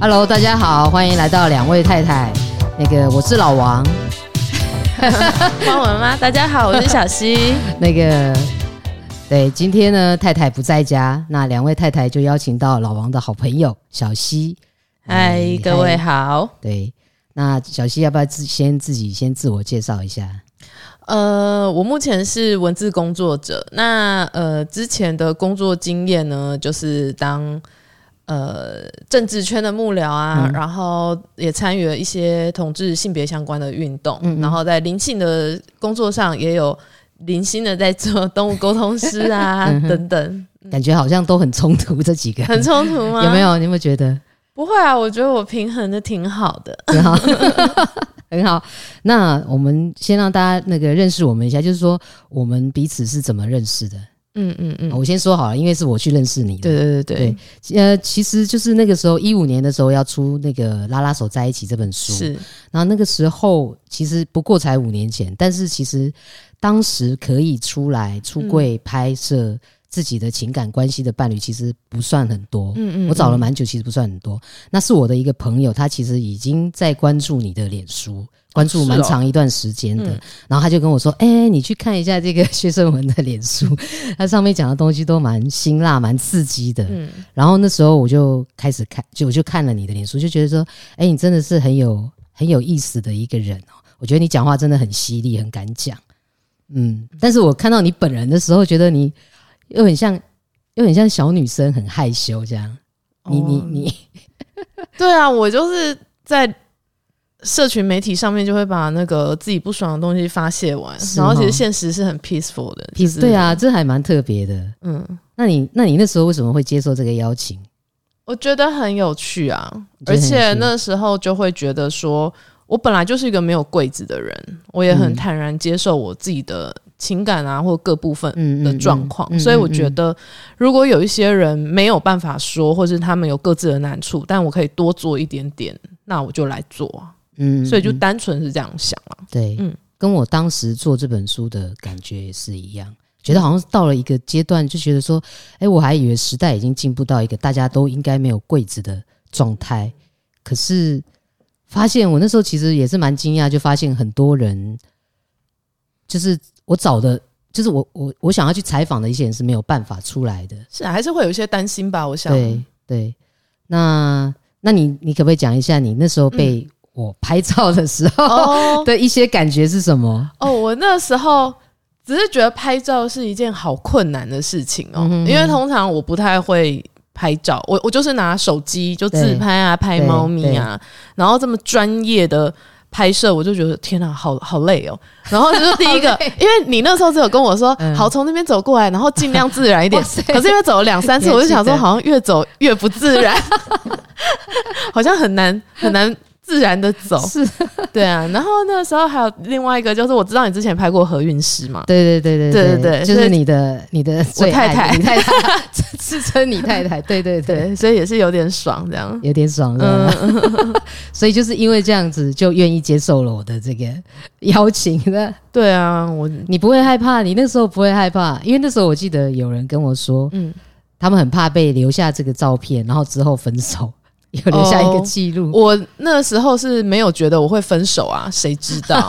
Hello， 大家好，欢迎来到两位太太。我是老王。 帮我吗？大家好，我是小溪。 对，今天呢，太太不在家，那两位太太就邀请到老王的好朋友小溪。 嗨，各位好。 对，那小溪要不要自己先自我介绍一下？ 我目前是文字工作者。那之前的工作经验呢，就是当政治圈的幕僚啊，然后也参与了一些同志性别相关的运动，然后在灵性的工作上也有零星的在做动物沟通师啊等等。 感觉好像都很冲突，这几个很冲突吗？ 有没有？你有没有觉得？ 不会啊，我觉得我平衡的挺好的。 很好很好。那我们先让大家认识我们一下，就是说我们彼此是怎么认识的。我先说好了，因为是我去认识你的。对，其实就是那个时候15年的时候要出那个拉拉手在一起这本书， 是。 然后那个时候其实不过才5年前，但是其实当时可以出来出柜拍摄自己的情感关系的伴侣其实不算很多。我找了蛮久，其实不算很多。那是我的一个朋友，他其实已经在关注你的脸书，关注蛮长一段时间的。然后他就跟我说：“你去看一下这个薛胜文的脸书，他上面讲的东西都蛮辛辣、蛮刺激的。”然后那时候我就开始看，我就看了你的脸书，就觉得说：“你真的是很有意思的一个人哦。我觉得你讲话真的很犀利，很敢讲。”但是我看到你本人的时候，觉得你又很像小女生，很害羞这样。你对啊，我就是在社群媒体上面就会把那个自己不爽的东西发泄完，然后其实现实是很 peaceful 的。 对啊，这还蛮特别的。那你那时候为什么会接受这个邀请？ 我觉得很有趣啊，而且那时候就会觉得说，我本来就是一个没有柜子的人，我也很坦然接受我自己的情感啊，或各部分的状况。所以我觉得，如果有一些人没有办法说，或是他们有各自的难处，但我可以多做一点点，那我就来做啊。所以就单纯是这样想啊。 对，跟我当时做这本书的感觉也是一样，觉得好像到了一个阶段，就觉得说，我还以为时代已经进步到一个大家都应该没有柜子的状态，可是发现我那时候其实也是蛮惊讶，就发现很多人，就是我找的，就是我想要去采访的一些人是没有办法出来的。 是啊，还是会有一些担心吧，我想。 对，那你可不可以讲一下你那时候被我拍照的时候的一些感觉是什么？ 我那时候只是觉得拍照是一件好困难的事情因为通常我不太会拍照，我就是拿手机就自拍啊，拍猫咪啊，然后这么专业的拍摄，我就觉得天哪，好累哦。然后就是第一个，因为你那时候只有跟我说，好，从那边走过来，然后尽量自然一点。可是因为走了2-3次，我就想说，好像越走越不自然，好像很难自然的走。 是， 对啊。然后那时候还有另外一个，就是我知道你之前拍过何韵诗嘛。 对，就是你的最爱你太太自称你太太。对， 所以也是有点爽，这样有点爽所以就是因为这样子，就愿意接受了我的这个邀请的。 对啊， 你不会害怕？你那时候不会害怕？因为那时候我记得有人跟我说，他们很怕被留下这个照片，然后之后分手。有留下一个记录。 我那时候是没有觉得我会分手啊，谁知道？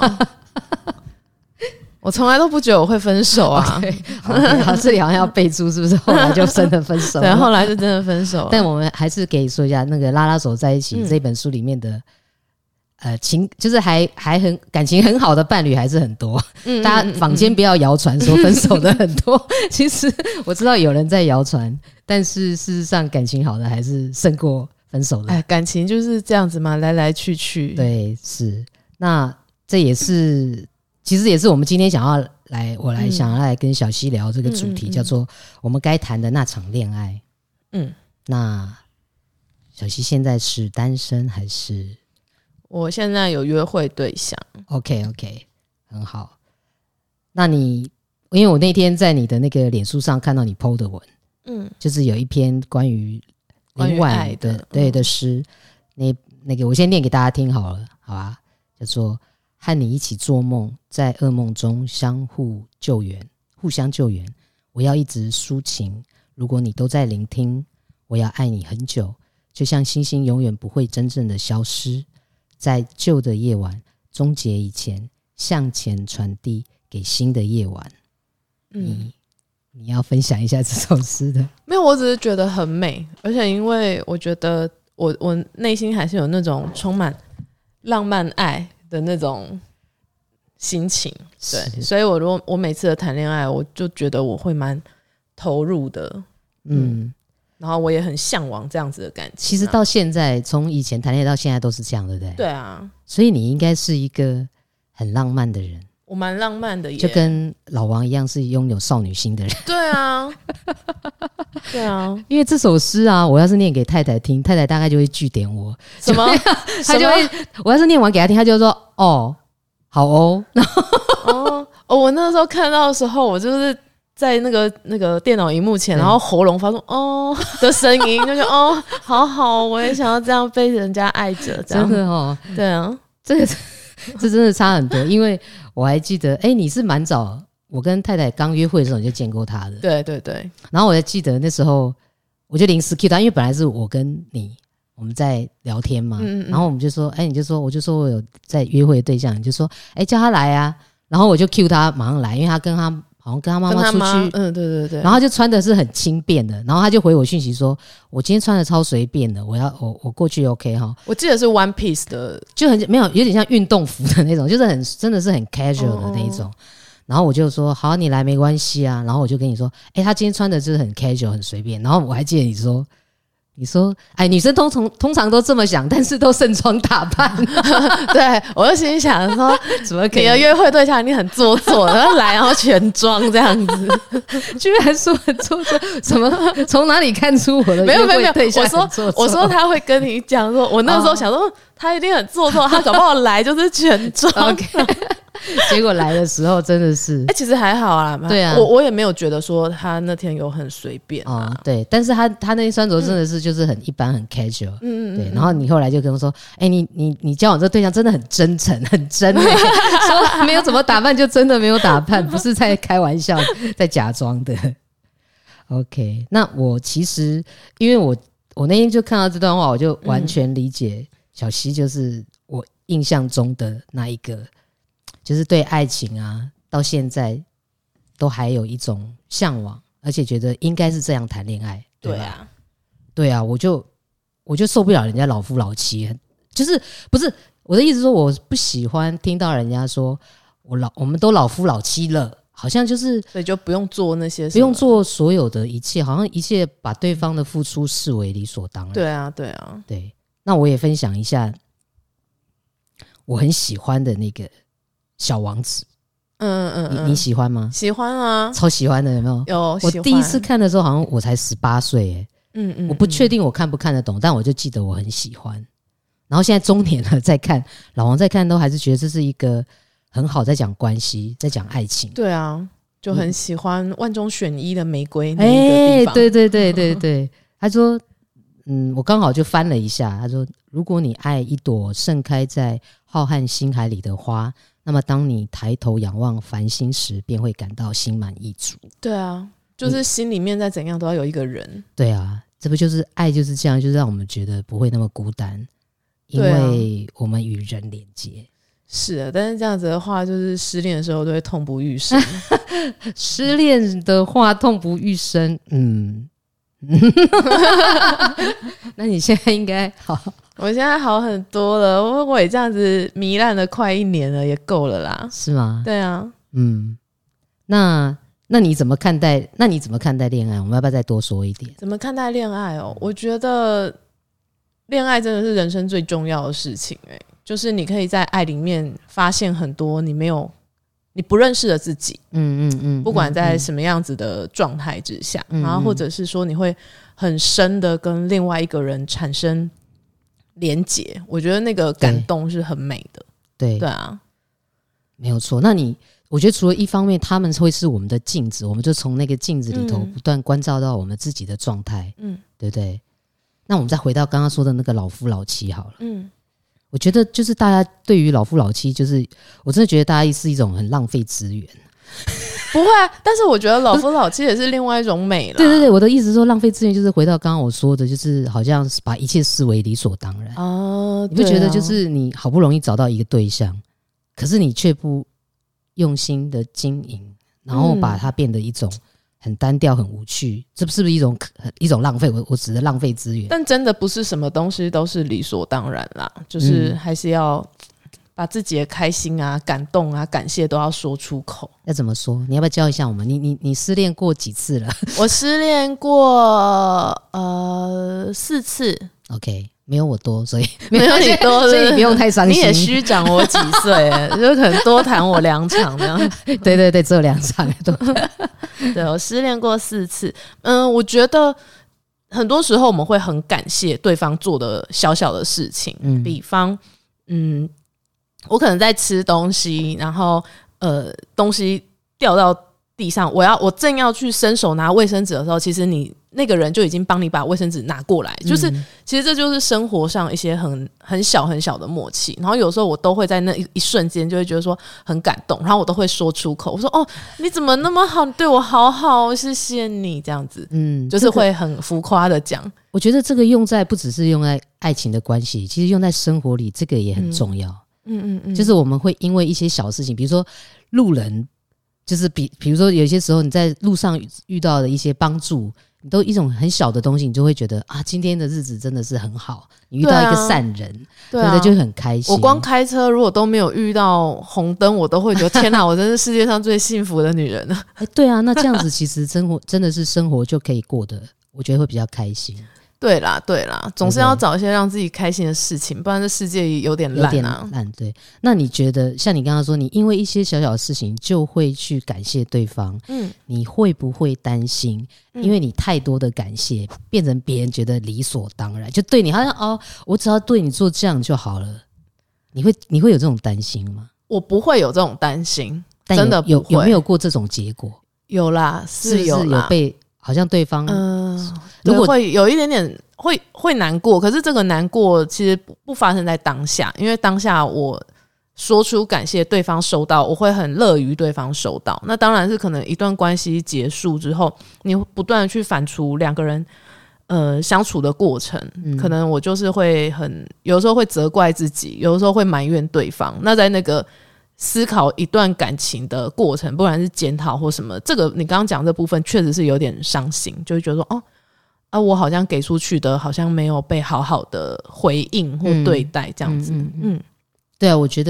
我从来都不觉得我会分手啊。 好，这里好像要备注，是不是？后来就真的分手了。 对，后来就真的分手了。 但我们还是可以说一下，那个拉拉手在一起这本书里面的就是还很感情很好的伴侣还是很多。大家坊间不要谣传说分手的很多。其实我知道有人在谣传，但是事实上感情好的还是胜过分手的。 感情就是这样子嘛，来来去去。 对，是。那这也是，其实也是我们今天想要来跟小溪聊这个主题，叫做我们该谈的那场恋爱。那小溪现在是单身还是？ 我现在有约会对象。 OK， 很好。那因为我那天在你的那个脸书上看到你 PO 的文，就是有一篇关于林婉的诗，那个我先念给大家听好了，好吧？叫做和你一起做梦，在噩梦中互相救援。我要一直抒情，如果你都在聆听，我要爱你很久， 就像星星永远不会真正的消失，在旧的夜晚终结以前，向前传递给新的夜晚。你要分享一下这首诗的？ 没有，我只是觉得很美，而且因为我觉得我内心还是有那种充满浪漫爱的那种心情，对，所以我每次的谈恋爱，我就觉得我会蛮投入的，然后我也很向往这样子的感情。 其实到现在，从以前谈恋爱到现在都是这样，对不对？ 对啊， 所以你应该是一个很浪漫的人。 我蛮浪漫的耶， 就跟老王一样是拥有少女心的人。 对啊对啊， 因为这首诗啊，我要是念给太太听，太太大概就会句点我。 什么？ 他就会，我要是念完给他听，他就说哦好哦。 我那时候看到的时候，我就是在那个电脑荧幕前，然后喉咙发出哦的声音，就觉得哦好好，我也想要这样被人家爱着，这样。 真的哦， 对啊， 这真的差很多。因为我还记得，你是蛮早，我跟太太刚约会的时候你就见过他的。 对对对。 然后我还记得那时候，我就临时 cue 他，因为本来是我跟你我们在聊天嘛，然后我们就说，我就说我有在约会的对象，你就说，叫他来啊。然后我就 cue 他马上来，因为他好像跟他妈妈出去， 对对对。 然后他就穿的是很轻便的，然后他就回我讯息说，我今天穿的超随便的，我过去 OK 哈。 我记得是 one piece 的， 就没有有点像运动服的那种，就是真的是很 casual 的那一种。然后我就说好，你来没关系啊。然后我就跟你说，他今天穿的就是很 casual 很随便。然后我还记得你说女生通常都这么想，但是都盛装打扮。 对，我就心里想说， 怎么可以？ 你的约会对象一定很做作，然后来然后全妆这样子， 居然说很做作，什么？从哪里看出我的约会对象很做作？ 我说他会跟你讲说，我那时候想说他一定很做作，他搞不好来就是全妆。 OK。结果来的时候真的是， 其实还好啊， 对啊， 我也没有觉得说他那天有很随便对，但是他那一穿着真的是就是很一般很 casual，对。然后你后来就跟我说，你交往这个对象真的很真诚很真说没有怎么打扮就真的没有打扮，不是在开玩笑，在假装的。OK， 那我其实因为我那天就看到这段话，我就完全理解小溪就是我印象中的那一个。就是对爱情啊，到现在都还有一种向往，而且觉得应该是这样谈恋爱。对啊，我就受不了人家老夫老妻，就是不是我的意思说，我不喜欢听到人家说我们都老夫老妻了，好像就是所以就不用做那些， 不用做所有的一切，好像一切把对方的付出视为理所当然。 对啊， 对。那我也分享一下我很喜欢的那个。小王子，你喜欢吗？ 喜欢啊， 超喜欢的，有没有？ 有。 我第一次看的时候，好像我才18岁，我不确定我看不看得懂，但我就记得我很喜欢。然后现在中年了，再看老王再看，都还是觉得这是一个很好在讲关系，在讲爱情。 对啊，就很喜欢万中选一的玫瑰那个地方。 对，他说。我刚好就翻了一下，他说如果你爱一朵盛开在浩瀚星海里的花，那么当你抬头仰望繁星时，便会感到心满意足。 对啊，就是心里面再怎样都要有一个人。 对啊，这不就是爱就是这样，就是让我们觉得不会那么孤单，因为我们与人连接。 是的，但是这样子的话，就是失恋的时候都会痛不欲生。 失恋的话痛不欲生，那你现在应该好， 我现在好很多了。我也这样子糜烂了快1年了，也够了啦。 是吗？ 对啊。 那你怎么看待？那你怎么看待恋爱？我们要不要再多说一点？ 怎么看待恋爱哦？我觉得恋爱真的是人生最重要的事情。就是你可以在爱里面发现很多你不认识的自己，不管在什么样子的状态之下，然后或者是说你会很深的跟另外一个人产生连结，我觉得那个感动是很美的。对啊， 没有错。那我觉得除了一方面他们会是我们的镜子，我们就从那个镜子里头不断关照到我们自己的状态，对不对？那我们再回到刚刚说的那个老夫老妻好了。我觉得就是大家对于老夫老妻，就是我真的觉得大家是一种很浪费资源。 不会啊，但是我觉得老夫老妻也是另外一种美啦。 对对对，我的意思是说，浪费资源就是回到刚刚我说的，就是好像是把一切视为理所当然啊。你不觉得就是你好不容易找到一个对象，可是你却不用心的经营，然后把它变得一种很单调、很无趣，这是不是一种浪费？我指的浪费资源。 但真的不是什么东西都是理所当然啦，就是还是要把自己的开心啊、感动啊、感谢都要说出口。 要怎么说？你要不要教一下我们？你失恋过几次了？ 我失恋过4次。 OK， 没有我多，所以没有你多， 所以你不用太伤心。 你也虚长我几岁，就可能多谈我2场这样。 对对对，只有2场。 对，我失恋过4次。我觉得很多时候我们会很感谢对方做的小小的事情，比方，我可能在吃东西，然后东西掉到地上，我正要去伸手拿卫生纸的时候，其实你那个人就已经帮你把卫生纸拿过来，就是其实这就是生活上一些很小很小的默契。然后有时候我都会在那一瞬间就会觉得说很感动，然后我都会说出口，我说哦，你怎么那么好，你对我好好，谢谢你，这样子，就是会很浮夸的讲。 我觉得这个不只是用在爱情的关系，其实用在生活里，这个也很重要。就是我们会因为一些小事情，比如说路人，就是比如说有些时候你在路上遇到的一些帮助，你都一种很小的东西，你就会觉得啊，今天的日子真的是很好，你遇到一个善人，对不对？就很开心。 我光开车如果都没有遇到红灯，我都会觉得天哪，我真是世界上最幸福的女人了。 对啊，那这样子其实生活真的是生活就可以过得，我觉得会比较开心。 对啦，总是要找一些让自己开心的事情，不然这世界有点烂啊。 有点烂，对。那你觉得，像你刚刚说，你因为一些小小的事情就会去感谢对方，你会不会担心，因为你太多的感谢，变成别人觉得理所当然，就对你好像哦，我只要对你做这样就好了？你会有这种担心吗？ 我不会有这种担心， 但真的不会。 有没有过这种结果？ 有啦，是有啦， 有被。好像对方如果会有一点点会难过，可是这个难过其实不发生在当下，因为当下我说出感谢，对方收到，我会很乐于对方收到。那当然是可能一段关系结束之后，你不断的去反刍两个人相处的过程，可能我就是会有时候会责怪自己，有的时候会埋怨对方。那在那个思考一段感情的过程，不管是检讨或什么，这个你刚刚讲这部分确实是有点伤心，就会觉得说我好像给出去的好像没有被好好的回应或对待这样子。 对啊，我觉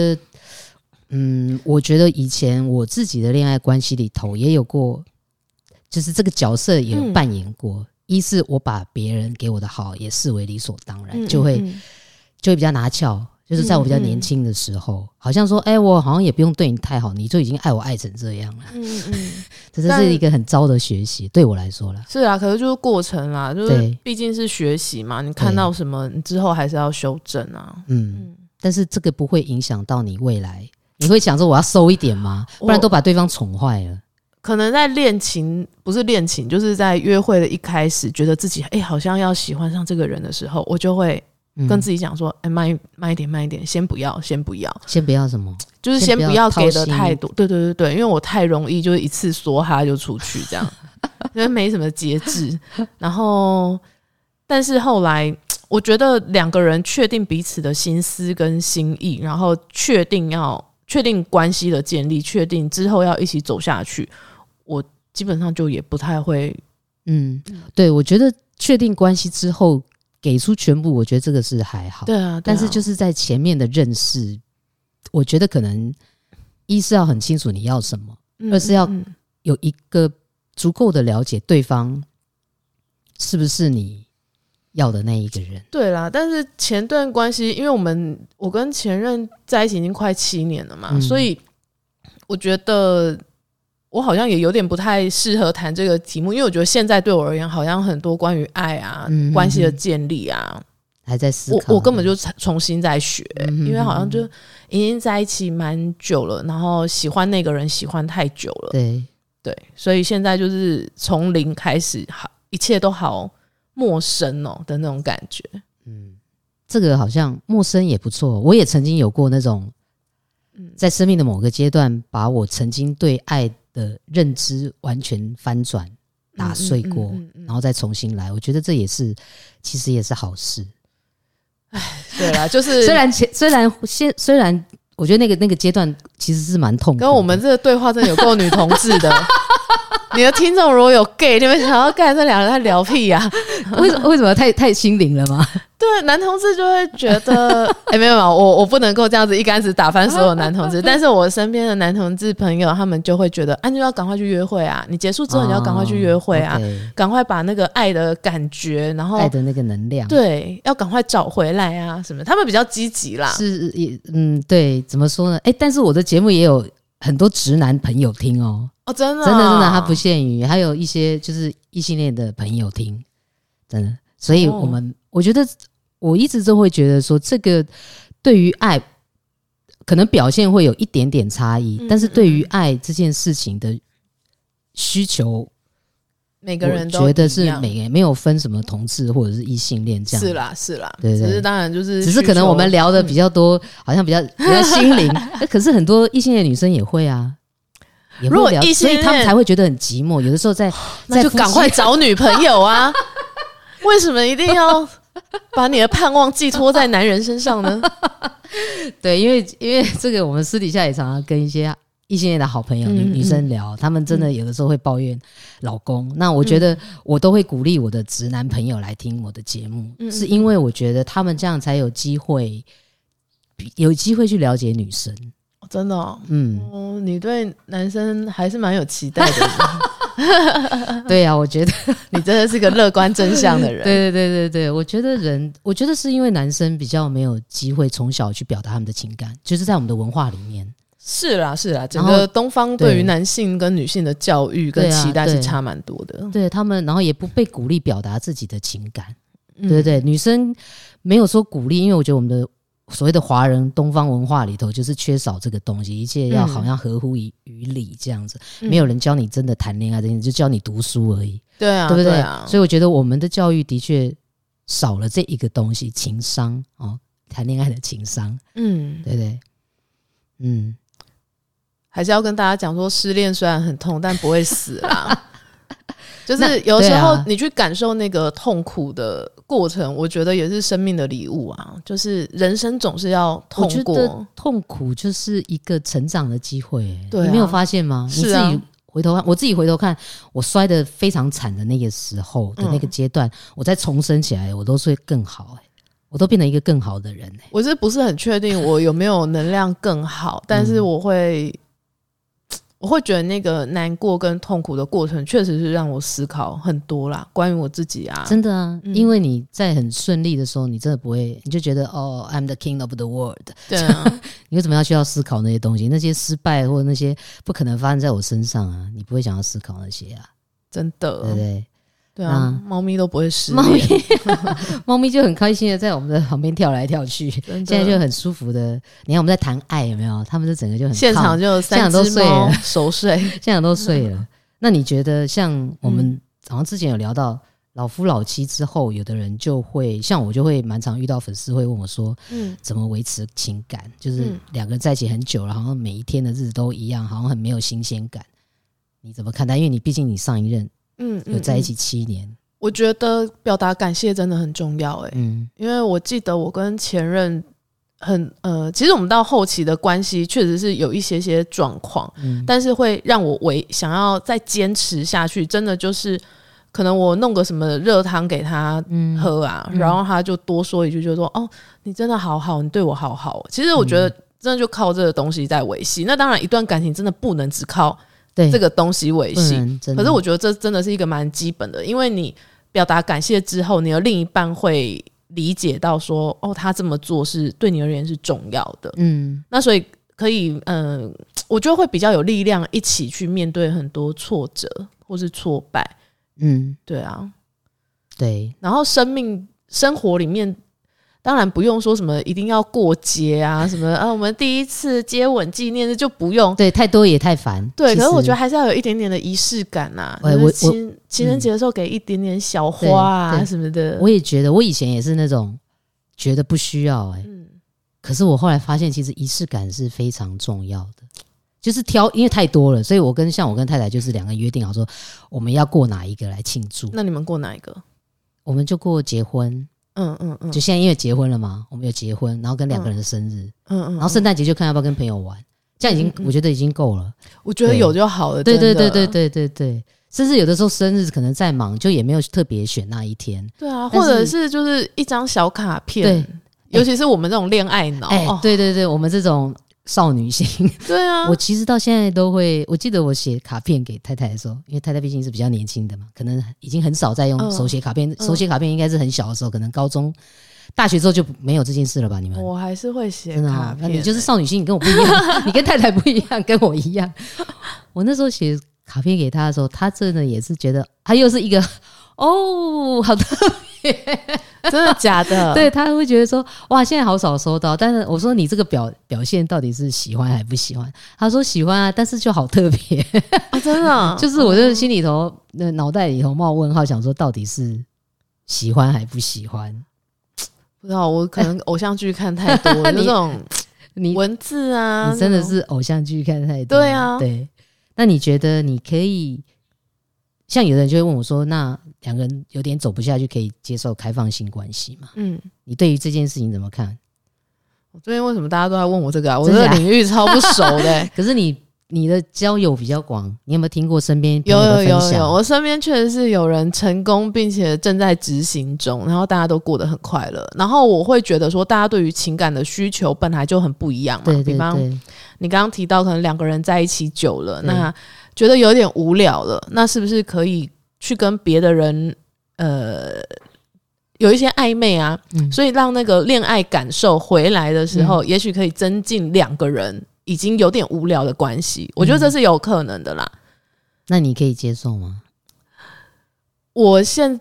得以前我自己的恋爱关系里头也有过，就是这个角色也有扮演过。一是我把别人给我的好也视为理所当然，就会比较拿翘。就是在我比较年轻的时候，好像说，我好像也不用对你太好，你就已经爱我爱成这样了。这是一个很糟的学习，对我来说啦。 是啊，可是就是过程啦，就是毕竟是学习嘛，你看到什么，你之后还是要修正啊。 但是这个不会影响到你未来，你会想说我要收一点吗？不然都把对方宠坏了。 可能在不是恋情，就是在约会的一开始，觉得自己好像要喜欢上这个人的时候，我就会跟自己讲说，慢一点，先不要什么，就是先不要给的太多，对，因为我太容易就是一次梭哈就出去这样，因为没什么节制。然后，但是后来我觉得两个人确定彼此的心思跟心意，然后确定关系的建立，确定之后要一起走下去，我基本上就也不太会， 对，我觉得确定关系之后。给出全部，我觉得这个是还好。 对啊， 但是就是在前面的认识，我觉得可能一是要很清楚你要什么，二是要有一个足够的了解对方是不是你要的那一个人。 对啦，但是前段关系，因为我跟前任在一起已经快7年了嘛，所以我觉得我好像也有点不太适合谈这个题目，因为我觉得现在对我而言，好像很多关于爱啊、关系的建立啊， 还在思考。 我根本就重新在学，因为好像就已经在一起蛮久了，然后喜欢那个人喜欢太久了，对，所以现在就是从零开始，一切都好陌生的那种感觉。 这个好像陌生也不错。我也曾经有过那种，在生命的某个阶段，把我曾经对爱的认知完全翻转打碎过，然后再重新来，我觉得这也是其实也是好事。 对啦，就是虽然我觉得那个阶段其实是蛮痛苦的， 跟我们这个对话真的有够女同志的。你的听众如果有 gay， 你们想要干这两个人在聊屁啊？ 为什么太心灵了吗？ 对，男同志就会觉得，没有，我不能够这样子一竿子打翻所有男同志。但是我身边的男同志朋友，他们就会觉得，你就要赶快去约会啊！你结束之后，你要赶快去约会啊，赶快把那个爱的感觉，然后爱的那个能量， 对，要赶快找回来啊！什么？他们比较积极啦， 是也对，怎么说呢？但是我的节目也有很多直男朋友听哦。 哦，真的， 它不限于，还有一些就是异性恋的朋友听，真的。所以我觉得我一直都会觉得说，这个对于爱可能表现会有一点点差异，但是对于爱这件事情的需求， 每个人都我觉得是每个人没有分什么同志或者是异性恋这样。 是啦， 对， 只是当然就是只是可能我们聊的比较多，好像比较心灵，可是很多异性恋女生也会啊。 如果异性恋， 所以他们才会觉得很寂寞。有的时候那就赶快找女朋友啊！为什么一定要把你的盼望寄托在男人身上呢？ 对，因为这个，我们私底下也常常跟一些异性恋的好朋友、女生聊，他们真的有的时候会抱怨老公。那我觉得我都会鼓励我的直男朋友来听我的节目，是因为我觉得他们这样才有机会去了解女生。 真的你对男生还是蛮有期待的。 对啊，我觉得你真的是个乐观正向的人。 对，我觉得是因为男生比较没有机会从小去表达他们的情感，就是在我们的文化里面。 是啦，整个东方对于男性跟女性的教育跟期待是差蛮多的。 对他们，然后也不被鼓励表达自己的情感。对，女生没有说鼓励，因为我觉得我们的所谓的华人东方文化里头就是缺少这个东西，一切要好像合乎于理这样子，没有人教你真的谈恋爱这件事，就教你读书而已。 对啊， 对不对？ 对啊， 所以我觉得我们的教育的确少了这一个东西，情商谈恋爱的情商。对不对？ 还是要跟大家讲说，失恋虽然很痛，但不会死啦。就是有时候你去感受那个痛苦的过程，我觉得也是生命的礼物啊。就是人生总是要痛过， 我觉得痛苦就是一个成长的机会。 对啊， 你没有发现吗？ 是啊， 你自己回头看，我自己回头看，我摔得非常惨的那个时候的那个阶段，我再重生起来，我都是会更好。我都变成一个更好的人。 我是不是很确定我有没有能量更好？但是我会觉得那个难过跟痛苦的过程确实是让我思考很多啦，关于我自己啊。 真的啊，因为你在很顺利的时候，你真的不会，你就觉得I'm the king of the world。 对啊， 你为什么要需要思考那些东西？那些失败或者那些不可能发生在我身上啊，你不会想要思考那些啊。 真的， 对不对？ 对啊，猫咪都不会失恋， 猫咪就很开心的在我们的旁边跳来跳去，现在就很舒服的。你看我们在谈爱，有没有？他们就整个就很现场就3只猫熟睡， 现场都睡了。那你觉得像我们好像之前有聊到老夫老妻之后，有的人就会像我，就会蛮常遇到粉丝会问我说，怎么维持情感？就是两个人在一起很久了，好像每一天的日子都一样，好像很没有新鲜感。你怎么看待？因为你毕竟你上一任有在一起7年。 我觉得表达感谢真的很重要因为我记得我跟前任其实我们到后期的关系确实是有一些状况，但是会让我想要再坚持下去，真的就是可能我弄个什么热汤给他喝啊，然后他就多说一句，就说你真的好好，你对我好好。其实我觉得真的就靠这个东西在维系。那当然一段感情真的不能只靠这个东西维系，可是我觉得这真的是一个蛮基本的，因为你表达感谢之后，你的另一半会理解到说他这么做是对你而言是重要的。那所以可以我觉得会比较有力量一起去面对很多挫折或是挫败。对啊， 对。 然后生活里面当然不用说什么一定要过节啊，什么我们第一次接吻纪念日就不用， 对，太多也太烦。 对，可是我觉得还是要有一点点的仪式感啊。情人节的时候给一点点小花啊什么的。 我也觉得，我以前也是那种觉得不需要可是我后来发现，其实仪式感是非常重要的。 就是挑，因为太多了，所以我跟太太就是两个约定好说，我们要过哪一个来庆祝。 那你们过哪一个？ 我们就过结婚。就现在因为结婚了嘛，我们有结婚，然后跟两个人的生日。然后圣诞节就看要不要跟朋友玩，这样已经我觉得已经够了。 我觉得有就好了。 对对对对对对对。甚至有的时候生日可能再忙，就也没有特别选那一天。 对啊，或者是就是一张小卡片。对，尤其是我们这种恋爱脑。 对对对，我们这种少女心。 对啊， 我其实到现在都会，我记得我写卡片给太太的时候，因为太太毕竟是比较年轻的嘛，可能已经很少在用手写卡片。手写卡片应该是很小的时候，可能高中、大学之后就没有这件事了吧？你们？ 我还是会写卡片。 你就是少女心，你跟我不一样，你跟太太不一样，跟我一样。我那时候写卡片给他的时候，他真的也是觉得，他又是一个好特别。 真的假的？ 对，他会觉得说哇，现在好少收到。但是我说你这个表现到底是喜欢还不喜欢？他说喜欢啊，但是就好特别。 真的， 就是我就心里头脑袋里头冒问号，想说到底是喜欢还不喜欢？ 不知道，我可能偶像剧看太多那种文字啊， 你真的是偶像剧看太多。 对啊， 对。那你觉得你可以？像有的人就会问我说，那两个人有点走不下去，可以接受开放性关系吗？你对于这件事情怎么看？ 我最近为什么大家都在问我这个啊？我这个领域超不熟的。 可是你的交友比较广，你有没有听过身边朋友的分享？ 有，我身边确实是有人成功并且正在执行中，然后大家都过得很快乐。然后我会觉得说，大家对于情感的需求本来就很不一样嘛。 对对对， 比方你刚刚提到，可能两个人在一起久了，那觉得有点无聊了，那是不是可以去跟别的人有一些暧昧啊？所以让那个恋爱感受回来的时候，也许可以增进两个人已经有点无聊的关系。我觉得这是有可能的啦。 那你可以接受吗？ 我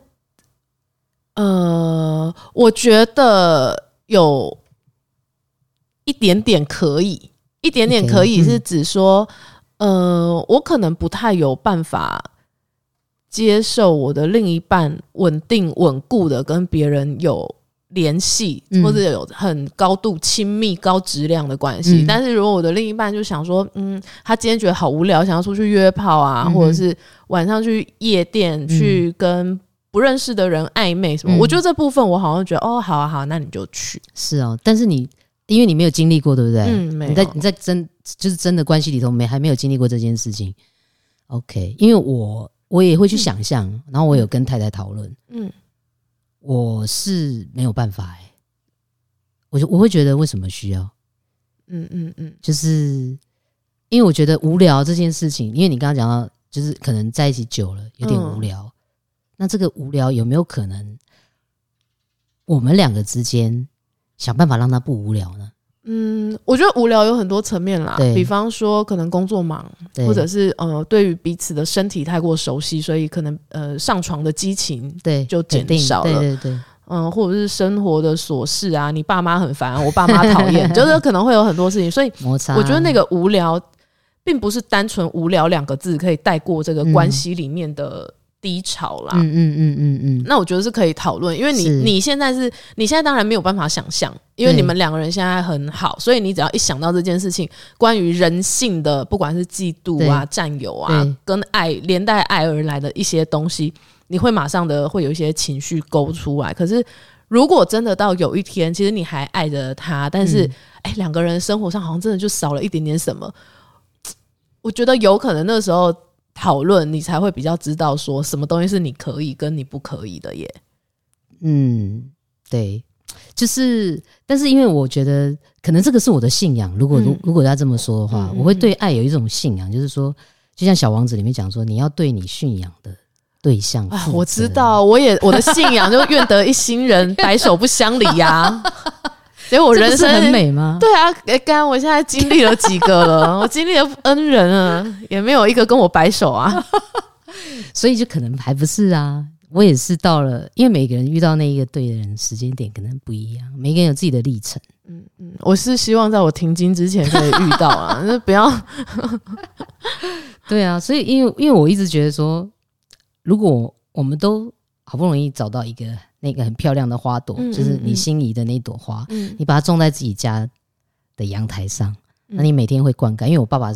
觉得有一点点可以，一点点可以是指说。我可能不太有办法接受我的另一半稳定稳固的跟别人有联系，或者有很高度亲密高质量的关系。但是如果我的另一半就想说他今天觉得好无聊，想要出去约炮啊，或者是晚上去夜店去跟不认识的人暧昧什么，我觉得这部分我好像觉得好啊好，那你就去。 是哦，但是因为你没有经历过，对不对？ 没有。 你在真的关系里头还没有经历过这件事情。OK， 因为我也会去想象，然后我有跟太太讨论。我是没有办法我会觉得为什么需要？就是因为我觉得无聊这件事情，因为你刚刚讲到，就是可能在一起久了有点无聊。那这个无聊有没有可能，我们两个之间想办法让他不无聊呢？ 我觉得无聊有很多层面啦，比方说可能工作忙，或者是对于彼此的身体太过熟悉，所以可能上床的激情就减少了。 对对对。 或者是生活的琐事啊，你爸妈很烦，我爸妈讨厌，就是可能会有很多事情，所以我觉得那个无聊并不是单纯无聊两个字可以带过这个关系里面的低潮啦。那我觉得是可以讨论，因为你现在当然没有办法想象，因为你们两个人现在很好，所以你只要一想到这件事情，关于人性的不管是嫉妒啊、占有啊，跟爱连带爱而来的一些东西，你会马上的会有一些情绪勾出来。可是如果真的到有一天，其实你还爱着他，但是两个人生活上好像真的就少了一点点什么，我觉得有可能那时候讨论你才会比较知道说什么东西是你可以跟你不可以的耶。 对，就是但是因为我觉得可能这个是我的信仰，如果要这么说的话，我会对爱有一种信仰，就是说就像小王子里面讲说，你要对你驯养的对象负责。 我知道，我的信仰就愿得一心人，白首不相离呀。结果我人生很美吗？ 对啊，刚我现在经历了几个了，我经历了恩人啊，也没有一个跟我白首啊， 所以就可能还不是啊。我也是到了，因为每个人遇到那一个对的人，时间点可能不一样，每个人有自己的历程。 我是希望在我停经之前可以遇到啊，那不要。 对啊，所以因为我一直觉得说，如果我们都好不容易找到一个那个很漂亮的花朵，就是你心仪的那朵花，你把它种在自己家的阳台上，那你每天会灌溉。因为我爸爸是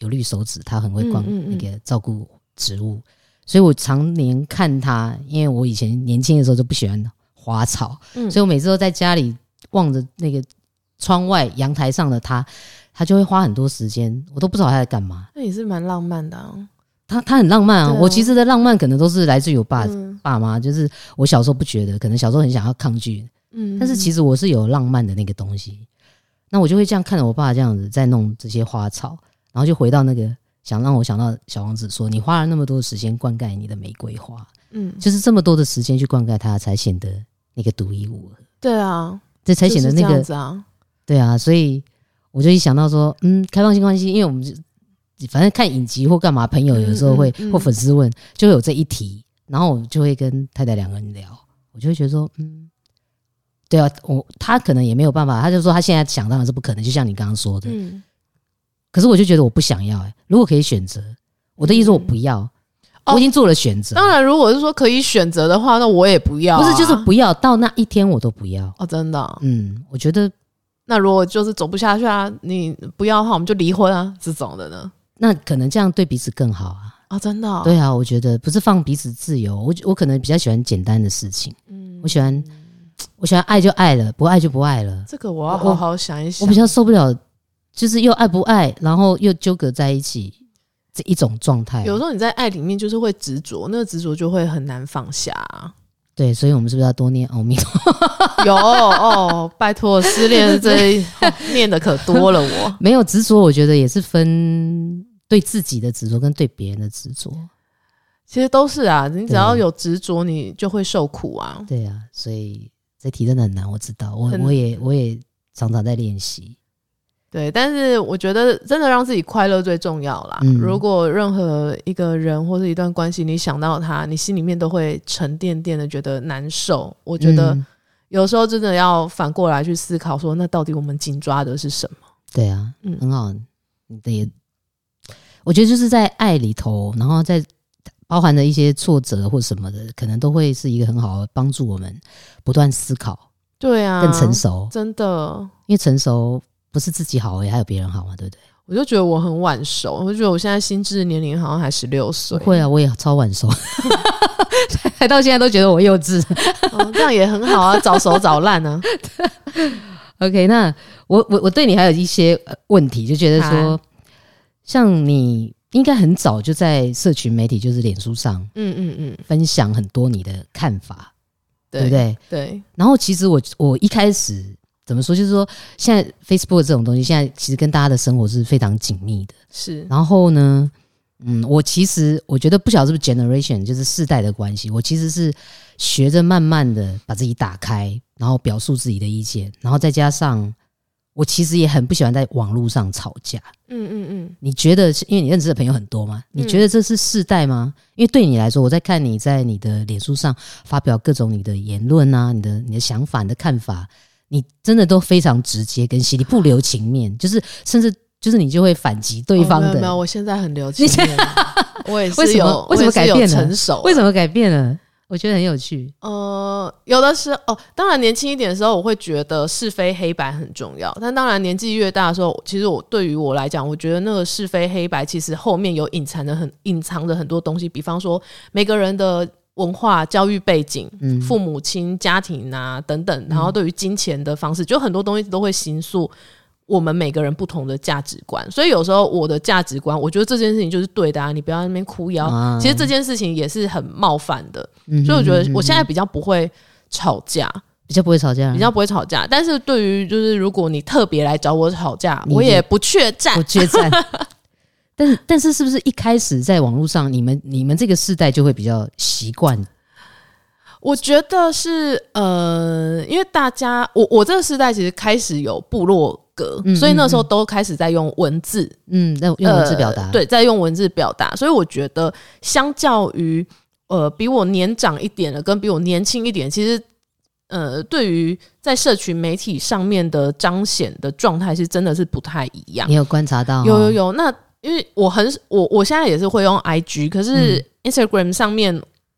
有绿手指，他很会那个照顾植物，所以我常年看他，因为我以前年轻的时候就不喜欢花草，所以我每次都在家里望着那个窗外阳台上的他就会花很多时间，我都不知道他在干嘛。 那也是蛮浪漫的啊。 他很浪漫啊，我其实的浪漫可能都是来自于我爸妈，就是我小时候不觉得，可能小时候很想要抗拒，但是其实我是有浪漫的那个东西。那我就会这样看着我爸这样子在弄这些花草，然后就回到那个让我想到小王子说，你花了那么多的时间灌溉你的玫瑰花，就是这么多的时间去灌溉它，才显得那个独一无二。 对啊， 这才显得那个、 就是这样子啊。对啊，所以我就一想到说，开放性关系，因为我们反正看影集或干嘛，朋友有的时候会或粉丝问，就会有这一题，然后我就会跟太太两个人聊，我就会觉得说，对啊，他可能也没有办法，他就说他现在想当然是不可能，就像你刚刚说的，可是我就觉得我不想要，如果可以选择，我的意思我不要，我已经做了选择。 当然，如果是说可以选择的话，那我也不要， 不是就是不要，到那一天我都不要。 哦，真的， 我觉得那如果就是走不下去啊，你不要的话，我们就离婚啊，这种的呢？ 那可能这样对彼此更好啊！ 哦，真的、 对啊，我觉得不是放彼此自由，我可能比较喜欢简单的事情。我喜欢爱就爱了，不爱就不爱了。 这个我要好好想一想。 我比较受不了，就是又爱不爱，然后又纠葛在一起这一种状态。 有时候你在爱里面就是会执着，那个执着就会很难放下、啊。 对，所以我们是不是要多念阿弥陀佛？ 有哦，拜托，失恋念的可多了我。 没有执着，我觉得也是分对自己的执着跟对别人的执着。 其实都是啊，你只要有执着，你就会受苦啊。 对啊，所以这题真的很难，我知道，我也常常在练习。 对，但是我觉得真的让自己快乐最重要啦。如果任何一个人或是一段关系，你想到他，你心里面都会沉甸甸的觉得难受。我觉得有时候真的要反过来去思考说，那到底我们紧抓的是什么？ 对啊，很好。我觉得就是在爱里头，然后在包含的一些挫折或什么的，可能都会是一个很好的帮助我们不断思考。 对啊， 更成熟， 真的， 因为成熟不是自己好而已，还有别人好嘛，对不对？ 我就觉得我很晚熟，我就觉得我现在心智年龄好像还16岁。 不会啊，我也超晚熟，还到现在都觉得我幼稚。 这样也很好啊，早熟早烂啊。 OK， 那我对你还有一些问题，就觉得说，像你应该很早就在社群媒体，就是脸书上，分享很多你的看法，对不对？ 对。 然后其实我一开始怎么说，就是说现在 Facebook 这种东西，现在其实跟大家的生活是非常紧密的。 是。 然后呢，我觉得不晓得是不是 generation， 就是世代的关系，我其实是学着慢慢的把自己打开，然后表述自己的意见，然后再加上我其实也很不喜欢在网络上吵架。你觉得，因为你认识的朋友很多嘛，你觉得这是世代吗？因为对你来说，我在看你在你的脸书上发表各种你的言论啊，你的想法、你的看法，你真的都非常直接跟犀利，不留情面，就是甚至就是你就会反击对方的。 没有，我现在很留情面。我也是为什么改变了？ 成熟？ 为什么改变了？我觉得很有趣。 有的时候当然年轻一点的时候，我会觉得是非黑白很重要。但当然年纪越大的时候，其实对于我来讲，我觉得那个是非黑白其实后面有隐藏着很多东西。比方说每个人的文化、教育背景、父母亲、家庭啊等等，然后对于金钱的方式，就很多东西都会形塑我们每个人不同的价值观。所以有时候我的价值观，我觉得这件事情就是对的啊，你不要在那边哭腰。其实这件事情也是很冒犯的。所以我觉得我现在比较不会吵架，比较不会吵架。但是对于就是如果你特别来找我吵架，我也不怯战。 但是是不是一开始在网络上，你们这个世代就会比较习惯？ 我觉得是因为大家我这个世代其实开始有部落格，所以那时候都开始在用文字， 在用文字表达， 对，在用文字表达。所以我觉得相较于比我年长一点的跟比我年轻一点，其实对于在社群媒体上面的彰显的状态是真的是不太一样。 你有观察到？ 有。那因为我现在也是会用 IG， 可是 Instagram 上面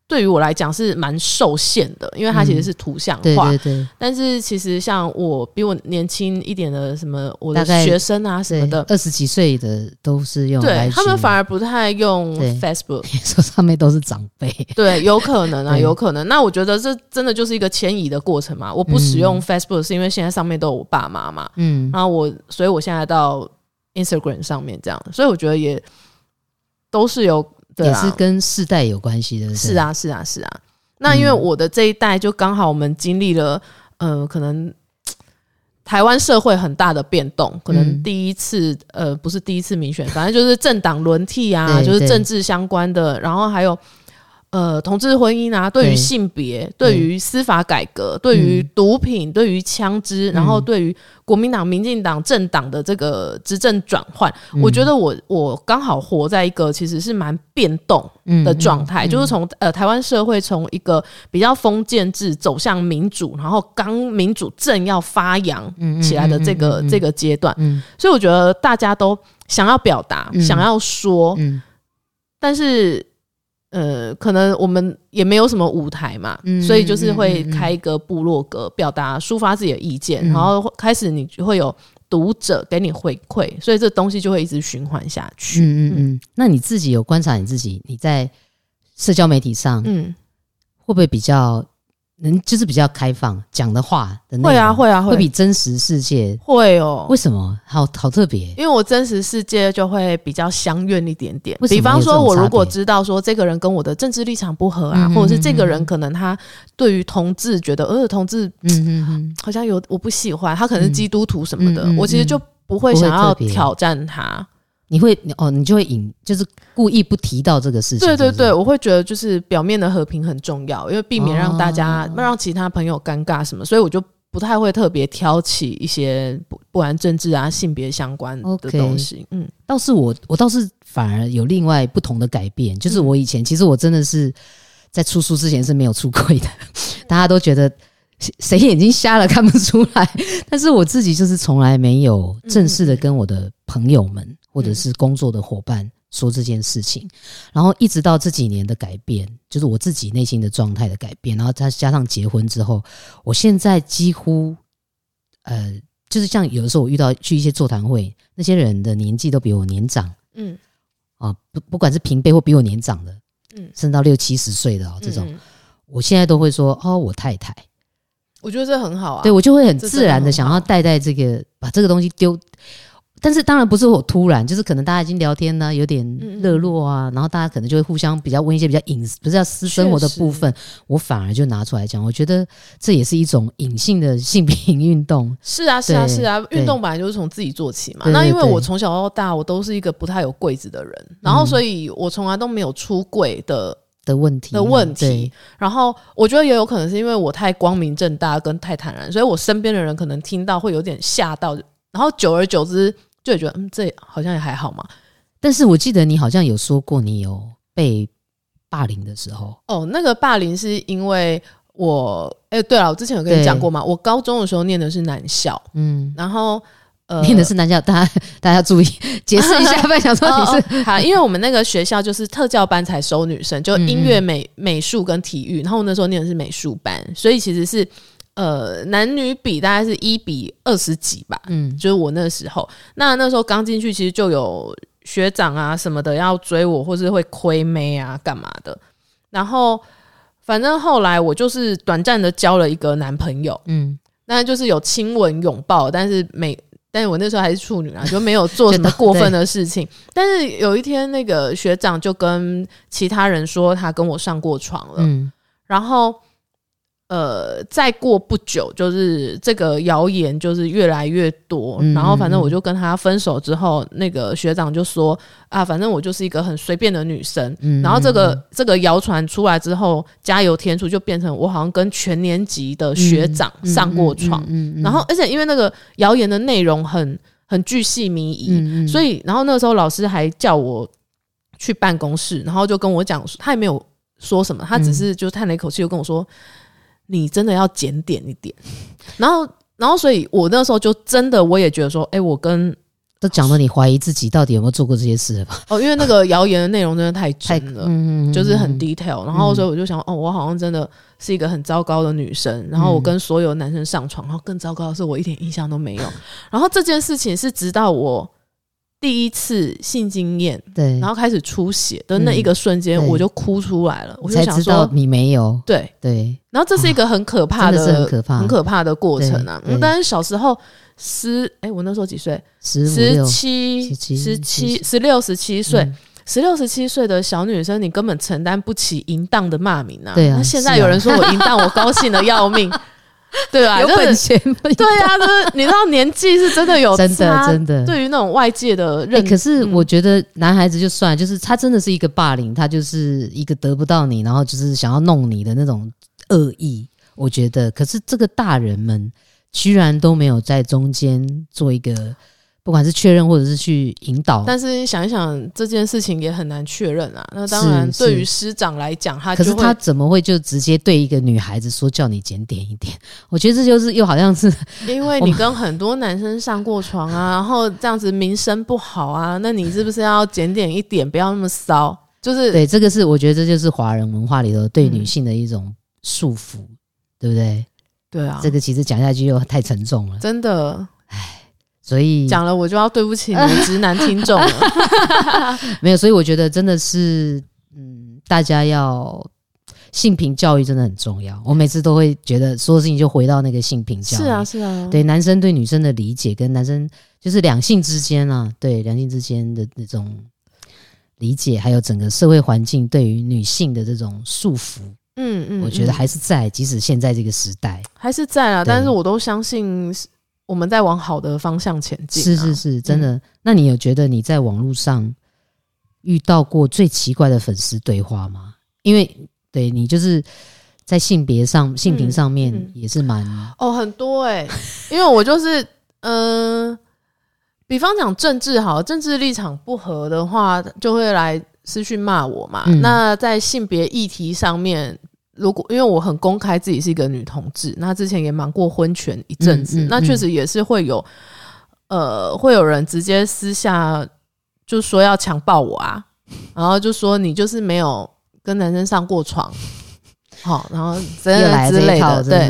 对于我来讲是蛮受限的，因为它其实是图像化， 对对对。 但是其实像比我年轻一点的什么我的学生啊什么的 ，20几岁的都是用 IG， 对，他们反而不太用 Facebook， 说上面都是长辈， 对，有可能啊，有可能。那我觉得这真的就是一个迁移的过程嘛。我不使用 Facebook 是因为现在上面都有我爸妈嘛，然后所以我现在到 Instagram 上面这样，所以我觉得也都是有。 也是跟世代有关系的。 是啊是啊是啊。那因为我的这一代就刚好我们经历了可能台湾社会很大的变动，可能第一次不是第一次民选，反正就是政党轮替啊就是政治相关的，然后还有同志婚姻啊，对于性别，对于司法改革，对于毒品，对于枪支，然后对于国民党、民进党政党的这个执政转换，我觉得我刚好活在一个其实是蛮变动的状态，就是从台湾社会从一个比较封建制走向民主，然后刚民主正要发扬起来的这个阶段，所以我觉得大家都想要表达，想要说，但是可能我们也没有什么舞台嘛，所以就是会开一个部落格表达抒发自己的意见，然后开始你就会有读者给你回馈，所以这东西就会一直循环下去。 那你自己有观察你自己，你在社交媒体上会不会比较就是比较开放讲的话的内容？ 会啊会比真实世界会哦。 为什么？好特别。 因为我真实世界就会比较相怨一点点， 比方说我如果知道说这个人跟我的政治立场不合啊，或者是这个人可能他对于同志觉得同志好像有我不喜欢，他可能是基督徒什么的，我其实就不会想要挑战他。 你就会就是故意不提到这个事情。 对对对，我会觉得就是表面的和平很重要，因为避免让大家让其他朋友尴尬什么，所以我就不太会特别挑起一些不管政治啊性别相关的东西。 倒是我倒是反而有另外不同的改变，就是我以前其实我真的是在出书之前是没有出柜的，大家都觉得谁眼睛瞎了看不出来，但是我自己就是从来没有正式的跟我的朋友们或者是工作的伙伴说这件事情，然后一直到这几年的改变，就是我自己内心的状态的改变，然后再加上结婚之后，我现在几乎就是像有的时候我去一些座谈会，那些人的年纪都比我年长，不管是平辈或比我年长的，甚至到60-70岁的这种，我现在都会说我太太。 我觉得这很好啊， 对，我就会很自然的想要带这个，把这个东西丢。但是当然不是我突然，就是可能大家已经聊天呢，有点热络啊，然后大家可能就会互相比较问一些比较隐私，不是要私生活的部分，我反而就拿出来讲。我觉得这也是一种隐性的性平运动。 是啊，是啊，是啊，运动本来就是从自己做起嘛。那因为我从小到大，我都是一个不太有柜子的人，然后所以我从来都没有出柜的问题，然后我觉得也有可能是因为我太光明正大跟太坦然，所以我身边的人可能听到会有点吓到，然后久而久之就会觉得这好像也还好嘛。 但是我记得你好像有说过你有被霸凌的时候。 那个霸凌是因为我对了，我之前有跟你讲过嘛，我高中的时候念的是男校，然后念的是男校，大家要注意解释一下，不然想说你是好，因为我们那个学校就是特教班才收女生，就音乐美术跟体育，然后我那时候念的是美术班，所以其实是男女比大概是1:20几吧，就是我那时候，那时候刚进去，其实就有学长啊什么的要追我，或是会亏妹啊干嘛的，然后反正后来我就是短暂的交了一个男朋友，那就是有亲吻拥抱，但是我那时候还是处女啦，就没有做什么过分的事情。但是有一天，那个学长就跟其他人说他跟我上过床了，然后再过不久，就是这个谣言就是越来越多，然后反正我就跟他分手之后，那个学长就说反正我就是一个很随便的女生，然后这个谣传出来之后，加油添醋就变成我好像跟全年级的学长上过床，然后而且因为那个谣言的内容很巨细靡遗，所以然后那个时候老师还叫我去办公室，然后就跟我讲，他也没有说什么，他只是就叹了一口气，就跟我说你真的要检点一点，然后所以我那时候就真的我也觉得说我跟都讲到你怀疑自己到底有没有做过这些事了吧？ 因为那个谣言的内容真的太真了，就是很 detail，然后所以我就想，我好像真的是一个很糟糕的女生，然后我跟所有男生上床，然后更糟糕的是我一点印象都没有。然后这件事情是直到我第一次性经验， 对， 然后开始出血的那一个瞬间，我就哭出来了，我就想说才知道你没有， 对对。 然后这是一个很可怕的， 真的是很可怕的过程啊。但是小时候我那时候几岁？16、17岁。16、17岁的小女生，你根本承担不起淫荡的骂名啊！ 对啊， 那现在有人说我淫荡，我高兴的要命，对吧？ 有本钱， 对啊，就是你知道年纪是真的有差， 真的。 对于那种外界的认知， 可是我觉得男孩子就算，就是他真的是一个霸凌，他就是一个得不到你，然后就是想要弄你的那种恶意。我觉得，可是这个大人们居然都没有在中间做一个，不管是确认或者是去引导。 但是想一想，这件事情也很难确认啊。那当然，对于师长来讲，可是他怎么会就直接对一个女孩子说叫你检点一点？我觉得这就是又好像是因为你跟很多男生上过床啊，然后这样子名声不好啊，那你是不是要检点一点，不要那么骚？就是对，这个是我觉得这就是华人文化里头对女性的一种束缚。对不对？ 对啊， 这个其实讲下去又太沉重了， 真的。 所以讲了我就要对不起你们直男听众了。 没有，所以我觉得真的是，大家要性平教育真的很重要。我每次都会觉得，所有事情就回到那个性平教育。 是啊，是啊。 对男生对女生的理解，跟男生就是两性之间啊，对两性之间的那种理解，还有整个社会环境对于女性的这种束缚。我觉得还是在，即使现在这个时代还是在啊，但是我都相信我们在往好的方向前进。 是，真的。那你有觉得你在网络上遇到过最奇怪的粉丝对话吗？因为对你就是在性平上面也是蛮很多因为我就是比方讲政治好，政治立场不合的话，就会来私讯骂我嘛。那在性别议题上面，因为我很公开自己是一个女同志，那之前也忙过婚权一阵子，那确实也是会有人直接私下就说要强暴我啊，然后就说你就是没有跟男生上过床，好，然后之类的，对，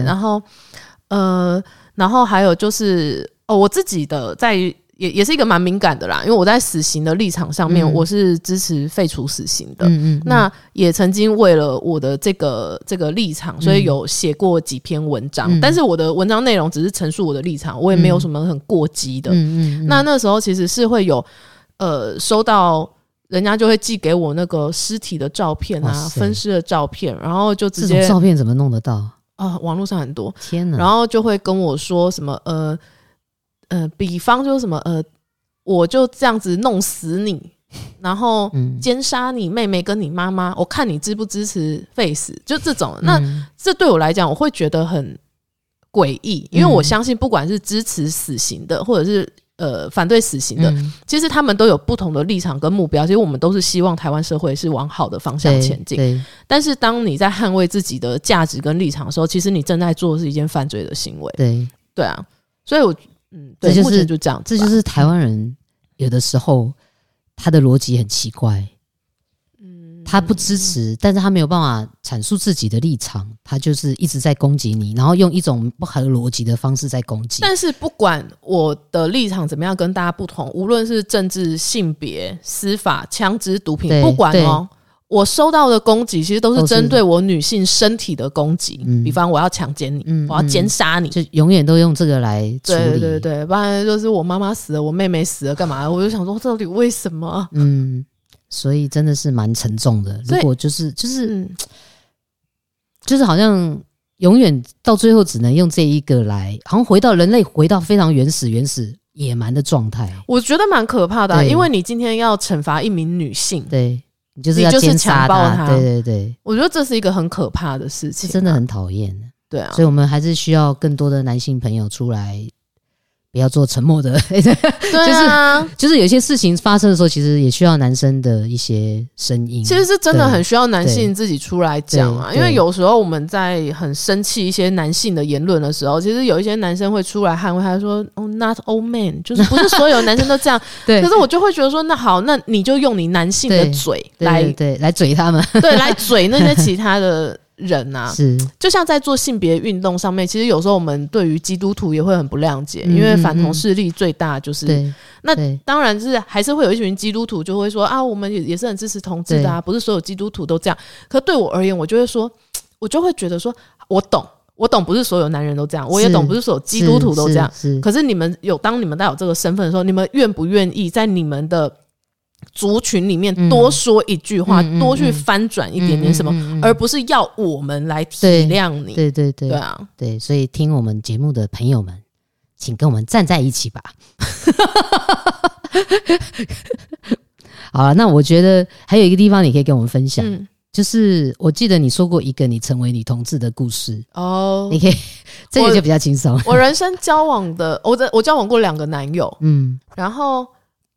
然后还有就是我自己的在于。也是一个蛮敏感的啦，因为我在死刑的立场上面，我是支持废除死刑的。那也曾经为了我的这个立场，所以有写过几篇文章，但是我的文章内容只是陈述我的立场，我也没有什么很过激的。那时候其实是会有收到人家就会寄给我那个尸体的照片啊，分尸的照片，然后就直接这种照片怎么弄得到啊？网络上很多， 天哪！ 然后就会跟我说什么比方就是什么我就这样子弄死你，然后奸杀你妹妹跟你妈妈，我看你支不支持废死，就这种。那这对我来讲，我会觉得很诡异，因为我相信不管是支持死刑的，或者是反对死刑的，其实他们都有不同的立场跟目标。其实我们都是希望台湾社会是往好的方向前进。但是当你在捍卫自己的价值跟立场的时候，其实你正在做的是一件犯罪的行为。对啊，所以我。对， 这就是就这样， 这就是台湾人有的时候他的逻辑很奇怪，他不支持，但是他没有办法阐述自己的立场，他就是一直在攻击你，然后用一种不合逻辑的方式在攻击。 但是不管我的立场怎么样跟大家不同，无论是政治、性别、司法、枪支、毒品，不管我收到的攻击其实都是针对我女性身体的攻击，比方我要强奸你，我要奸杀你， 就永远都用这个来处理。 对，不然就是我妈妈死了，我妹妹死了，干嘛？我就想说，到底为什么？ 所以真的是蛮沉重的。如果就是好像永远到最后只能用这一个来，好像人类回到非常原始野蛮的状态。我觉得蛮可怕的因为你今天要惩罚一名女性， 对。你就是要奸杀他，对， 我觉得这是一个很可怕的事情， 真的很讨厌。 对啊， 所以我们还是需要更多的男性朋友出来不要做沉默的对啊， 就是有些事情发生的时候，其实也需要男生的一些声音。 其实是真的很需要男性自己出来讲啊，因为有时候我们在很生气一些男性的言论的时候，其实有一些男生会出来捍卫，他说not all men， 就是不是所有男生都这样。对，可是我就会觉得说，那好，那你就用你男性的嘴来嘴他们， 对，来嘴那些其他的人啊， 是就像在做性别运动上面，其实有时候我们对于基督徒也会很不谅解，因为反同势力最大就是那当然是还是会有一群基督徒就会说啊，我们也是很支持同志的啊，不是所有基督徒都这样。可对我而言，我就会说，我就会觉得说，我懂不是所有男人都这样，我也懂不是所有基督徒都这样。可是当你们带有这个身份的时候，你们愿不愿意在你们的族群里面多说一句话，多去翻转一点点什么，而不是要我们来体谅你。对啊， 对，所以听我们节目的朋友们，请跟我们站在一起吧。好了，那我觉得还有一个地方你可以跟我们分享，就是我记得你说过一个你成为女同志的故事哦，你可以这个就比较轻松。 我人生交往的，我交往过2个男友，然后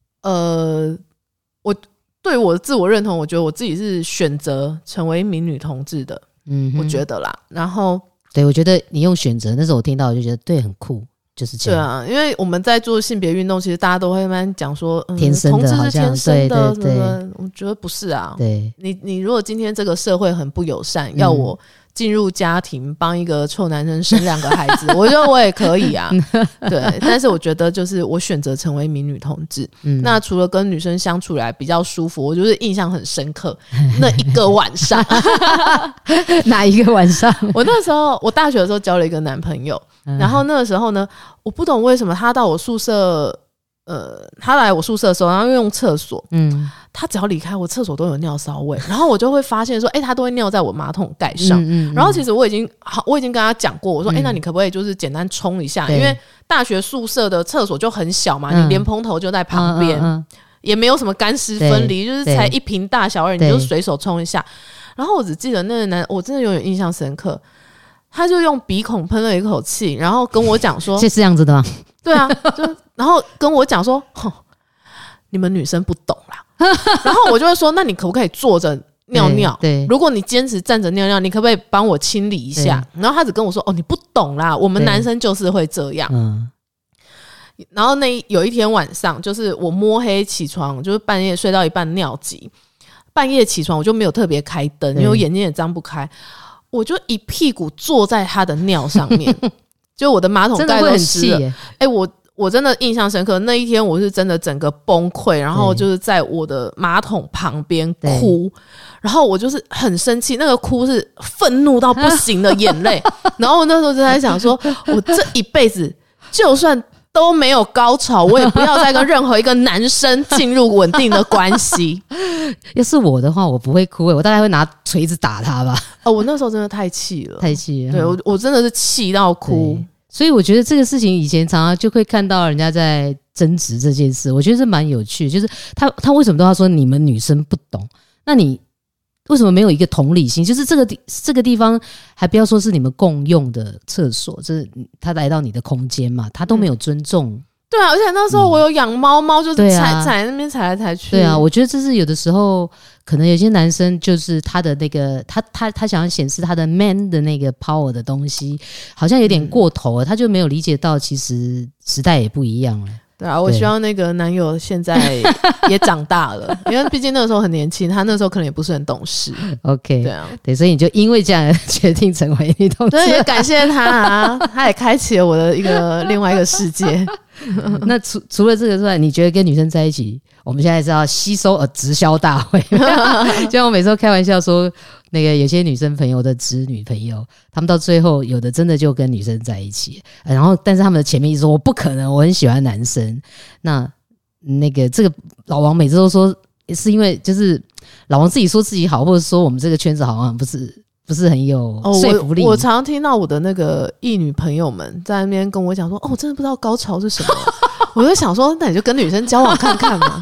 我对我的自我认同，我觉得我自己是选择成为一名女同志的，我觉得啦。然后对，我觉得你用选择，那时候我听到我就觉得对，很酷，就是这样。 对啊，因为我们在做性别运动，其实大家都会慢慢讲说， 天生的， 同志是天生的， 对， 我觉得不是啊。 对， 你如果今天这个社会很不友善，要我进入家庭帮一个臭男生生2个孩子，我觉得我也可以啊。对，但是我觉得就是我选择成为一名女同志，那除了跟女生相处来比较舒服，我就是印象很深刻那一个晚上。 哪一个晚上？ 我那时候我大学的时候交了一个男朋友，然后那个时候呢，我不懂为什么他到我宿舍。他来我宿舍的时候，然后用厕所，他只要离开我厕所都有尿骚味，然后我就会发现说，他都会尿在我马桶盖上，然后其实我已经跟他讲过，我说，那你可不可以就是简单冲一下，因为大学宿舍的厕所就很小嘛，你莲蓬头就在旁边，也没有什么干湿分离，就是才1瓶大小而已，你就随手冲一下。然后我只记得那个男，我真的永远印象深刻，他就用鼻孔喷了一口气，然后跟我讲说， 是这样子的吗？ 对啊，然后跟我讲说，你们女生不懂啦。然后我就会说，那你可不可以坐着尿尿？对，如果你坚持站着尿尿，你可不可以帮我清理一下？然后他只跟我说，你不懂啦，我们男生就是会这样。然后有一天晚上，就是我摸黑起床，就是半夜睡到一半尿急，半夜起床我就没有特别开灯，因为我眼睛也张不开，我就一屁股坐在他的尿上面。就我的马桶盖都湿了，我真的印象深刻。那一天我是真的整个崩溃，然后就是在我的马桶旁边哭，然后我就是很生气，那个哭是愤怒到不行的眼泪。然后我那时候就在想说，我这一辈子就算都没有高潮，我也不要再跟任何一个男生进入稳定的关系。 要是我的话，我不会哭，我大概会拿锤子打他吧。 我那时候真的太气了，对，我真的是气到哭。 所以我觉得这个事情以前常常就会看到人家在争执这件事，我觉得是蛮有趣的。就是他为什么都要说你们女生不懂？那你为什么没有一个同理心？就是这个地方还不要说是你们共用的厕所，就是他来到你的空间嘛，他都没有尊重。 对啊，而且那时候我有养猫，猫就是踩那边踩来踩去。 对啊，我觉得这是有的时候可能有些男生就是他的那个他想要显示他的 man 的那个 power 的东西，好像有点过头了，他就没有理解到其实时代也不一样了。 对啊，我希望那个男友现在也长大了，因为毕竟那个时候很年轻，他那时候可能也不是很懂事。 OK， 对啊， 对，所以你就因为这样决定成为女同志。 对，也感谢他啊，他也开启了我的另外一个世界。 那除了这个之外，你觉得跟女生在一起，我们现在是要吸收直销大会？就像我每次都开玩笑说，那个有些女生朋友的直女朋友，他们到最后有的真的就跟女生在一起，然后但是他们的前面一直说我不可能，我很喜欢男生。那个这个老王每次都说，是因为就是老王自己说自己好，或者说我们这个圈子好像不是很有说服力。 我常常听到我的那个异女朋友们在那边跟我讲说，我真的不知道高潮是什么。我就想说，那你就跟女生交往看看嘛。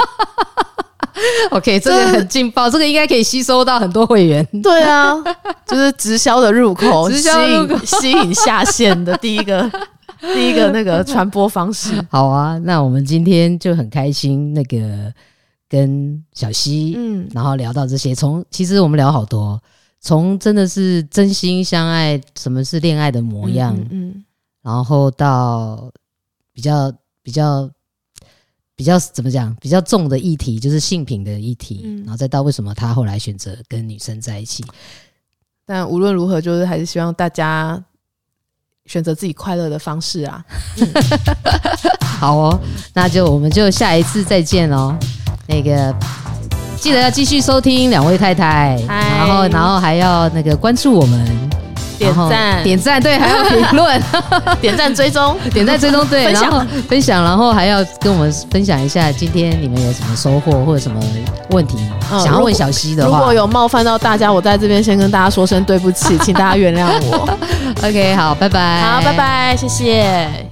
OK， 这个很劲爆，这个应该可以吸收到很多会员。 对啊，就是直销的入口，吸引下线的第一个第一个那个传播方式。 好啊，那我们今天就很开心，那个跟小溪，然后聊到这些，其实我们聊好多，从真的是真心相爱，什么是恋爱的模样，然后到比较怎么讲，比较重的议题，就是性平的议题，然后再到为什么他后来选择跟女生在一起。 但无论如何，就是还是希望大家选择自己快乐的方式啊。 好哦，那我们就下一次再见咯。那个记得要继续收听两位太太，然后还要那个关注我们，点赞，对，还要评论， 点赞追踪， 对，然后分享，然后还要跟我们分享一下今天你们有什么收获或者什么问题想要问小溪的话。 如果有冒犯到大家，我在这边先跟大家说声对不起，请大家原谅我。 OK， 好，拜拜。 好，拜拜，谢谢。